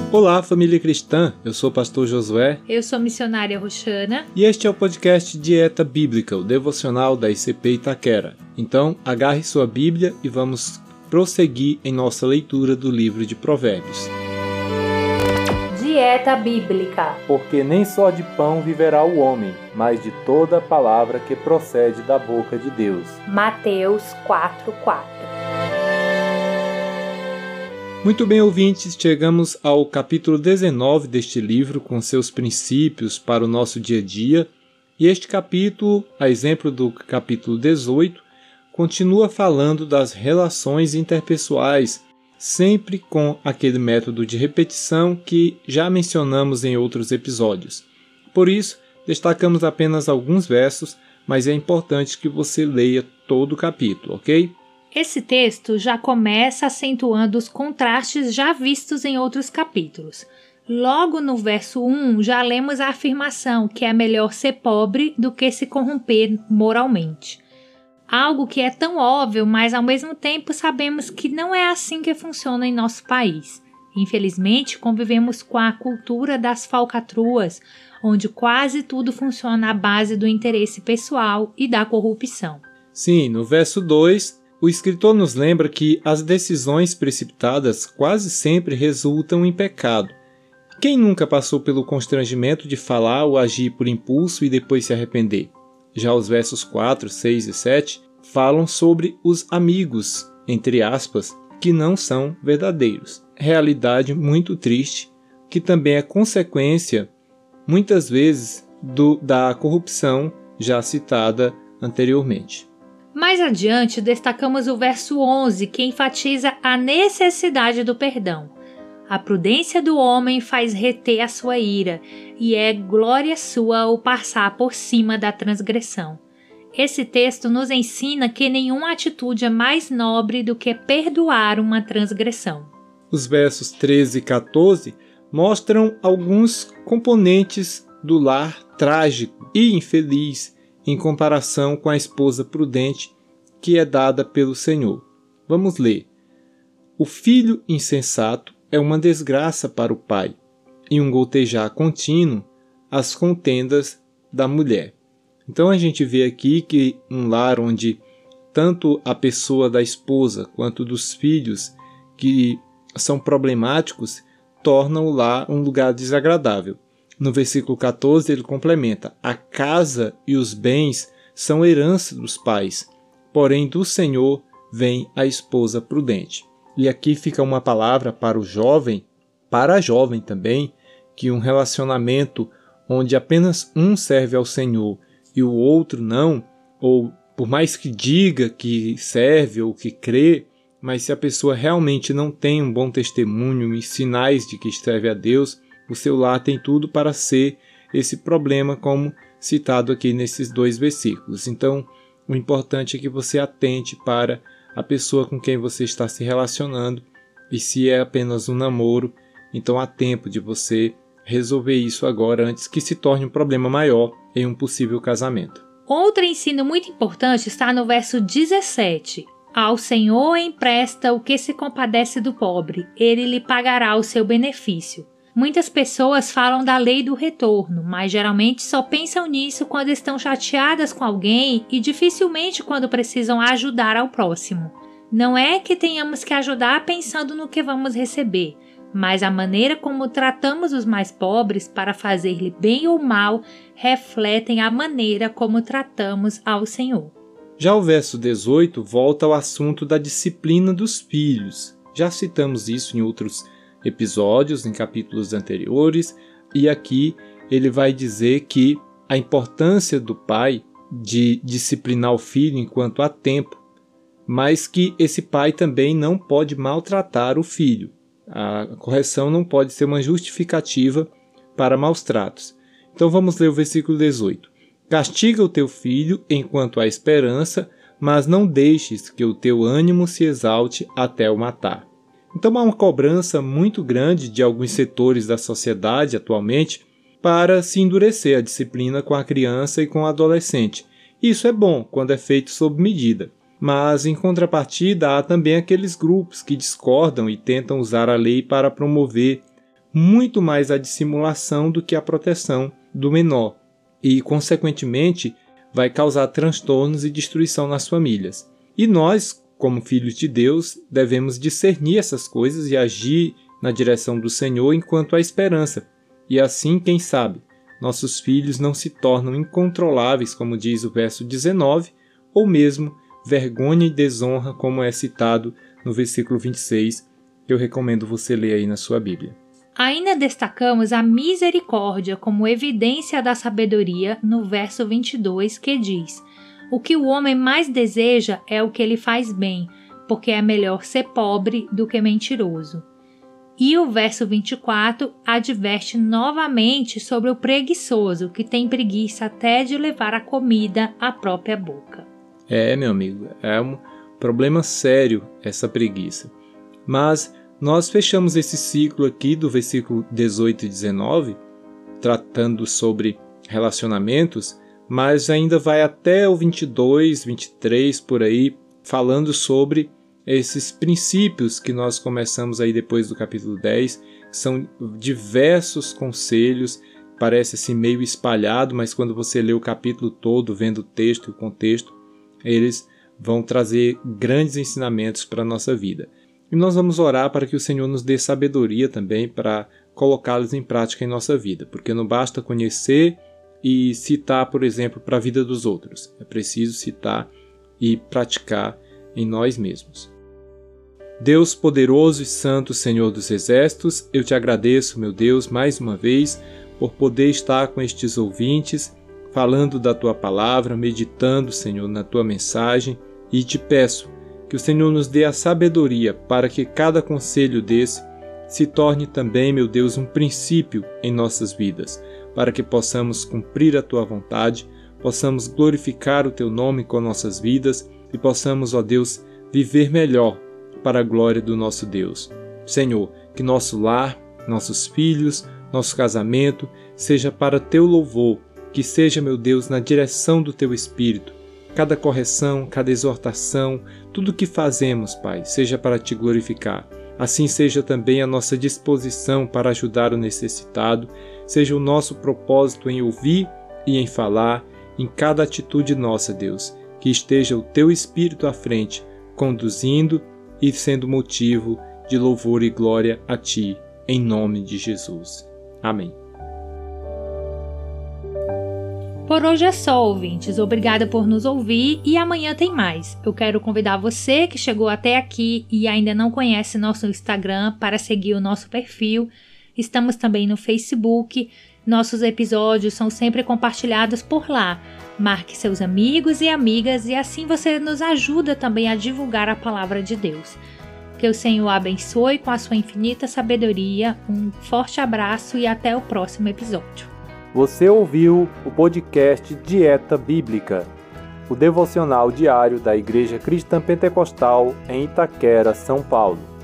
Olá, família cristã, eu sou o pastor Josué. Eu sou missionária Roxana. E este é o podcast Dieta Bíblica, o devocional da ICP Itaquera. Então, agarre sua Bíblia e vamos prosseguir em nossa leitura do livro de Provérbios. Dieta Bíblica. Porque nem só de pão viverá o homem, mas de toda a palavra que procede da boca de Deus. Mateus 4:4. Muito bem, ouvintes, chegamos ao capítulo 19 deste livro, com seus princípios para o nosso dia a dia. E este capítulo, a exemplo do capítulo 18, continua falando das relações interpessoais, sempre com aquele método de repetição que já mencionamos em outros episódios. Por isso, destacamos apenas alguns versos, mas é importante que você leia todo o capítulo, ok? Esse texto já começa acentuando os contrastes já vistos em outros capítulos. Logo no verso 1, já lemos a afirmação que é melhor ser pobre do que se corromper moralmente. Algo que é tão óbvio, mas ao mesmo tempo sabemos que não é assim que funciona em nosso país. Infelizmente, convivemos com a cultura das falcatruas, onde quase tudo funciona à base do interesse pessoal e da corrupção. Sim, no verso 2, o escritor nos lembra que as decisões precipitadas quase sempre resultam em pecado. Quem nunca passou pelo constrangimento de falar ou agir por impulso e depois se arrepender? Já os versos 4, 6 e 7 falam sobre os amigos, entre aspas, que não são verdadeiros. Realidade muito triste, que também é consequência, muitas vezes, da corrupção já citada anteriormente. Mais adiante, destacamos o verso 11, que enfatiza a necessidade do perdão. A prudência do homem faz reter a sua ira, e é glória sua o passar por cima da transgressão. Esse texto nos ensina que nenhuma atitude é mais nobre do que perdoar uma transgressão. Os versos 13 e 14 mostram alguns componentes do lar trágico e infeliz em comparação com a esposa prudente que é dada pelo Senhor. Vamos ler. O filho insensato é uma desgraça para o pai, e um gotejar contínuo as contendas da mulher. Então a gente vê aqui que um lar onde tanto a pessoa da esposa quanto dos filhos que são problemáticos torna o lar um lugar desagradável. No versículo 14 ele complementa: a casa e os bens são herança dos pais, porém do Senhor vem a esposa prudente. E aqui fica uma palavra para o jovem, para a jovem também, que um relacionamento onde apenas um serve ao Senhor e o outro não, ou por mais que diga que serve ou que crê, mas se a pessoa realmente não tem um bom testemunho e sinais de que serve a Deus, o seu lar tem tudo para ser esse problema, como citado aqui nesses dois versículos. Então, o importante é que você atente para a pessoa com quem você está se relacionando, e se é apenas um namoro, então há tempo de você resolver isso agora antes que se torne um problema maior em um possível casamento. Outro ensino muito importante está no verso 17. Ao Senhor empresta o que se compadece do pobre, ele lhe pagará o seu benefício. Muitas pessoas falam da lei do retorno, mas geralmente só pensam nisso quando estão chateadas com alguém e dificilmente quando precisam ajudar ao próximo. Não é que tenhamos que ajudar pensando no que vamos receber, mas a maneira como tratamos os mais pobres para fazer-lhe bem ou mal refletem a maneira como tratamos ao Senhor. Já o verso 18 volta ao assunto da disciplina dos filhos. Já citamos isso em outros episódios, em capítulos anteriores, e aqui ele vai dizer que a importância do pai de disciplinar o filho enquanto há tempo, mas que esse pai também não pode maltratar o filho. A correção não pode ser uma justificativa para maus tratos. Então vamos ler o versículo 18. Castiga o teu filho enquanto há esperança, mas não deixes que o teu ânimo se exalte até o matar. Então há uma cobrança muito grande de alguns setores da sociedade atualmente para se endurecer a disciplina com a criança e com o adolescente. Isso é bom quando é feito sob medida, mas em contrapartida há também aqueles grupos que discordam e tentam usar a lei para promover muito mais a dissimulação do que a proteção do menor e, consequentemente, vai causar transtornos e destruição nas famílias. E nós, como filhos de Deus, devemos discernir essas coisas e agir na direção do Senhor enquanto há esperança. E assim, quem sabe, nossos filhos não se tornam incontroláveis, como diz o verso 19, ou mesmo vergonha e desonra, como é citado no versículo 26, que eu recomendo você ler aí na sua Bíblia. Ainda destacamos a misericórdia como evidência da sabedoria no verso 22, que diz: o que o homem mais deseja é o que ele faz bem, porque é melhor ser pobre do que mentiroso. E o verso 24 adverte novamente sobre o preguiçoso, que tem preguiça até de levar a comida à própria boca. Meu amigo, é um problema sério essa preguiça. Mas nós fechamos esse ciclo aqui do versículo 18 e 19, tratando sobre relacionamentos, mas ainda vai até o 22, 23, por aí, falando sobre esses princípios que nós começamos aí depois do capítulo 10, que são diversos conselhos, parece assim meio espalhado, mas quando você lê o capítulo todo, vendo o texto e o contexto, eles vão trazer grandes ensinamentos para a nossa vida. E nós vamos orar para que o Senhor nos dê sabedoria também para colocá-los em prática em nossa vida, porque não basta conhecer e citar, por exemplo, para a vida dos outros. É preciso citar e praticar em nós mesmos. Deus poderoso e santo, Senhor dos exércitos, eu te agradeço, meu Deus, mais uma vez, por poder estar com estes ouvintes, falando da tua palavra, meditando, Senhor, na tua mensagem, e te peço que o Senhor nos dê a sabedoria para que cada conselho desse se torne também, meu Deus, um princípio em nossas vidas, para que possamos cumprir a tua vontade, possamos glorificar o teu nome com nossas vidas e possamos, ó Deus, viver melhor para a glória do nosso Deus. Senhor, que nosso lar, nossos filhos, nosso casamento seja para teu louvor, que seja, meu Deus, na direção do teu Espírito. Cada correção, cada exortação, tudo o que fazemos, Pai, seja para te glorificar. Assim seja também a nossa disposição para ajudar o necessitado, seja o nosso propósito em ouvir e em falar, em cada atitude nossa, Deus, que esteja o teu Espírito à frente, conduzindo e sendo motivo de louvor e glória a Ti, em nome de Jesus. Amém. Por hoje é só, ouvintes. Obrigada por nos ouvir e amanhã tem mais. Eu quero convidar você que chegou até aqui e ainda não conhece nosso Instagram para seguir o nosso perfil. Estamos também no Facebook. Nossos episódios são sempre compartilhados por lá. Marque seus amigos e amigas e assim você nos ajuda também a divulgar a palavra de Deus. Que o Senhor abençoe com a sua infinita sabedoria. Um forte abraço e até o próximo episódio. Você ouviu o podcast Dieta Bíblica, o devocional diário da Igreja Cristã Pentecostal em Itaquera, São Paulo.